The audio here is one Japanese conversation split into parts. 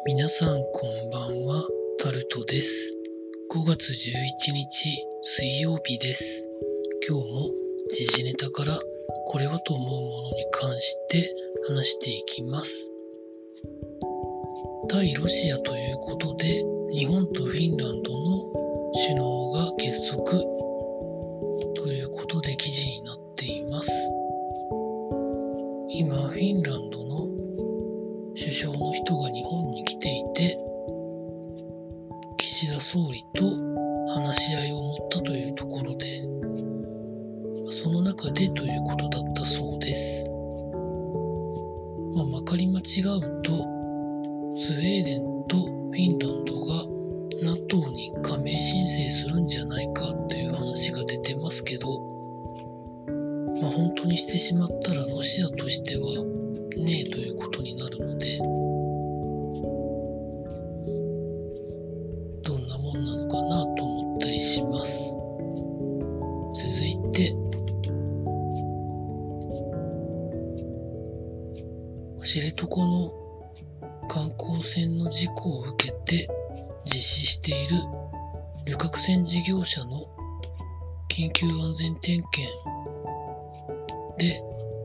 皆さんこんばんは、タルトです。5月11日水曜日です。今日も時事ネタからこれはと思うものに関して話していきます。対ロシアということで、日本とフィンランドの首脳が結束ということで記事になっています。今、フィンランドの首相の人が日本に来ていて、岸田総理と話し合いを持ったというところで、その中でということだったそうです。まかり間違うと、スウェーデンとフィンランドが NATO に加盟申請するんじゃないかという話が出てますけど、本当にしてしまったらロシアとしてはねえということになるので、どんなもんなのかなと思ったりします。続いて、知床の観光船の事故を受けて実施している旅客船事業者の緊急安全点検で、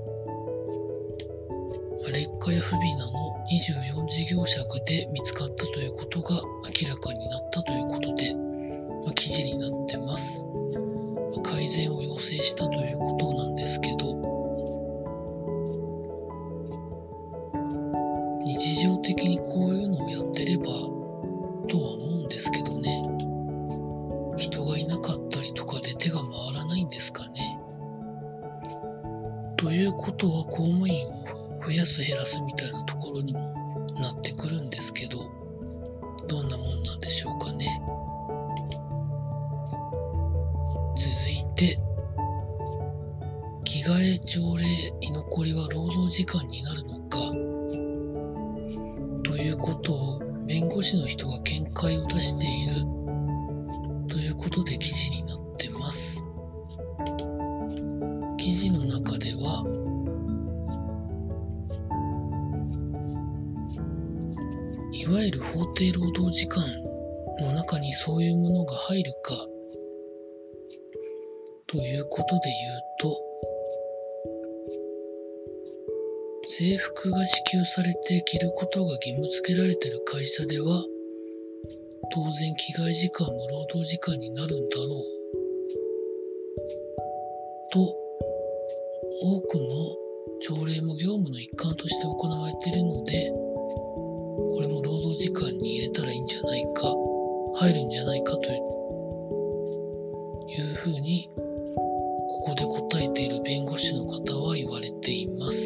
劣化や不備なの24事業者で見つかったということが明らかになったということで、記事になってます。改善を要請したということなんですけど、日常的にこういうのをやってればとは思うんですけどね。人がいなかったりとかで手が回らないんですかね。ということは公務員を増やす減らすみたいなところにもなってくるんですけど、どんなもんなんでしょうかね。続いて、着替え条例居残りは労働時間になるのかということを弁護士の人が見解を出しているということで記事になってます。記事の中では、いわゆる法定労働時間の中にそういうものが入るかということで言うと、制服が支給されて着ることが義務付けられている会社では、当然着替え時間も労働時間になるんだろうと、多くの朝礼も業務の一環として行われているので、これも労働時間に入れたらいいんじゃないか、入るんじゃないかというふうに、ここで答えている弁護士の方は言われています。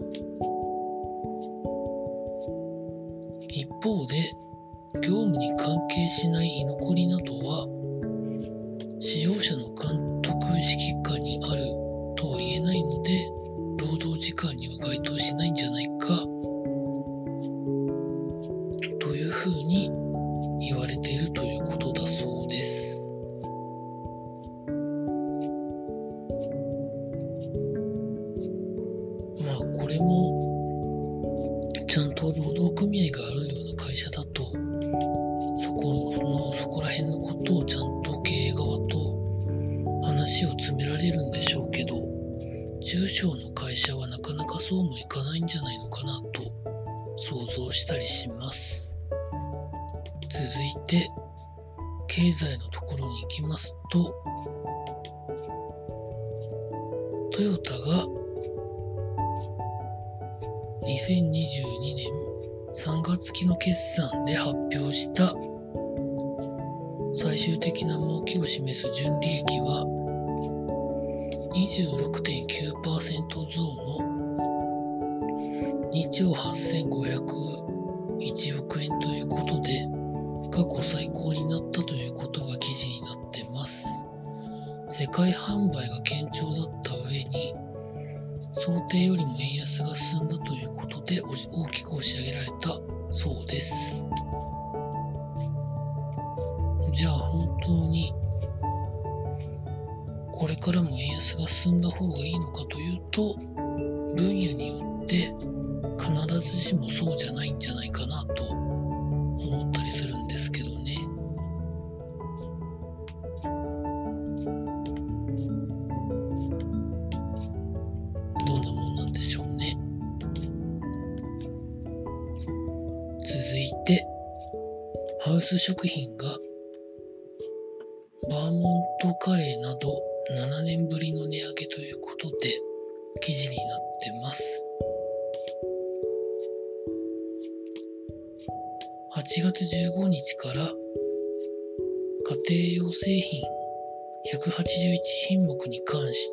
一方で、業務に関係しない居残りなどは、使用者の監督指揮下にあるとは言えないので、労働時間には該当しないんじゃないかというふうに言われているということだそうです。これもちゃんと労働組合があるような会社だと、そこら辺のことをちゃんと経営側と話を詰められるんでしょうけど、中小の会社はなかなかそうもいかないんじゃないのかなと想像したりします。続いて、経済のところに行きますと、トヨタが2022年3月期の決算で発表した最終的な儲けを示す純利益は 26.9% 増の2兆8501億円ということで、過去最高になったということが記事になってます。世界販売が堅調だった上に、想定よりも円安が進んだということで大きく押し上げられたそうです。じゃあ本当にこれからも円安が進んだ方がいいのかというと、分野によって必ずしもそうじゃないんじゃないかなと思ったりするんですけどね。どんなもんなんでしょうね。続いて、ハウス食品がバーモントカレーなど7年ぶりの値上げということで記事になってます。8月15日から家庭用製品181品目に関して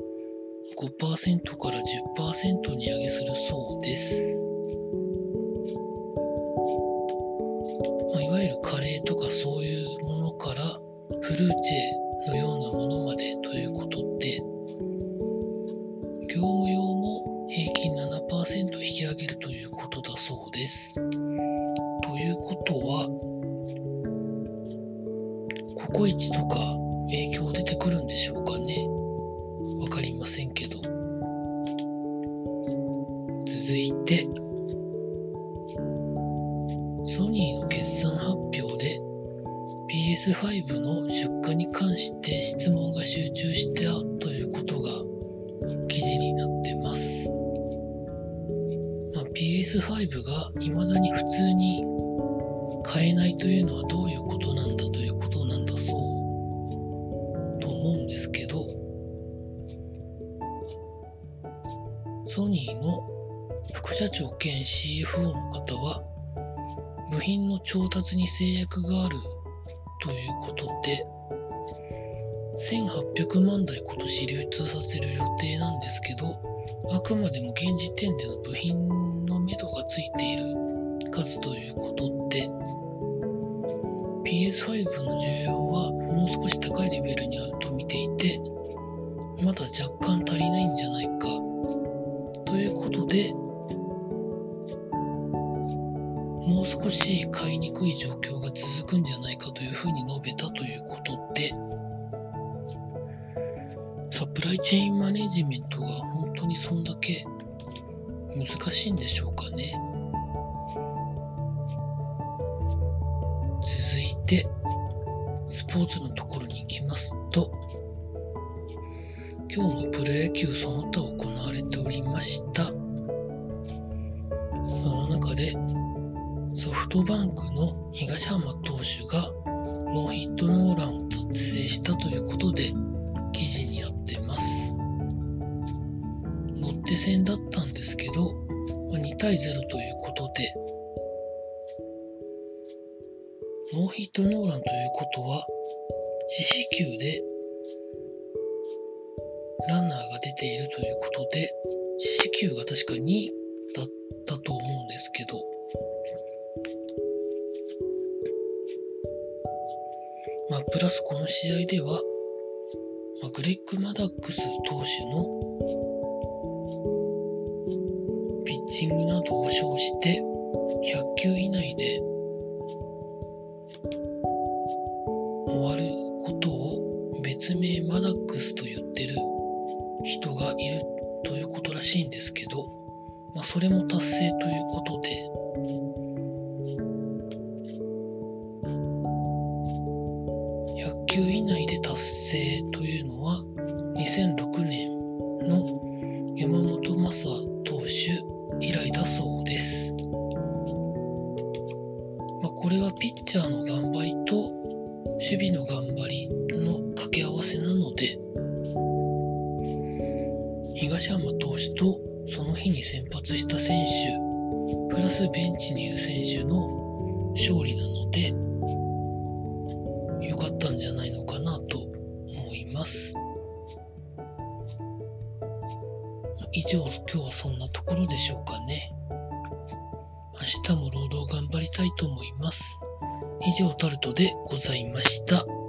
5% から 10% 値上げするそうです。いわゆるカレーとかそういうものからフルーチェのようなものまでということで、業務用も平均 7% 引き上げるということだそうです。ということは、ココイチとか影響出てくるんでしょうかね。わかりませんけど。続いて、ソニーの決算発表で PS5 の出荷に関して質問が集中したということが記事になってます。PS5 が未だに普通に買えないというのはどういうことなんだということなんだそうと思うんですけど、ソニーの副社長兼 CFO の方は部品の調達に制約があるということで1800万台今年流通させる予定なんですけど、あくまでも現時点での部品の目処がついている数ということで PS5 の需要はもう少し高いレベルにあると見ていて、まだ若干足りないんじゃないかということで、もう少し買いにくい状況が続くんじゃないかというふうに述べたということで、サプライチェーンマネジメントが本当にそんだけ難しいんでしょうかね。続いてスポーツのところに行きますと、今日もプロ野球その他行われておりました。その中でソフトバンクの東浜投手がノーヒットノーランを達成したということで記事になってます。ロッテ戦だったんですけど、2対0ということで、ノーヒットノーランということは四死球でランナーが出ているということで、四死球が確か2だったと思うんですけど、プラスこの試合では、グレッグ・マダックス投手のピッチングなどを称して100球以内で終わることを別名マダックスと言ってる人がいるということらしいんですけど、それも達成ということで、100球以内で達成というのは2006年の山本昌投手以来だそうです。これはピッチャーの頑張りと守備の頑張りの掛け合わせなので、東浜投手とその日に先発した選手プラスベンチにいる選手の勝利なので良かったんじゃないのかなと思います。以上、今日はそんなところでしょうかね。明日も労働頑張りたいと思います。以上、タルトでございました。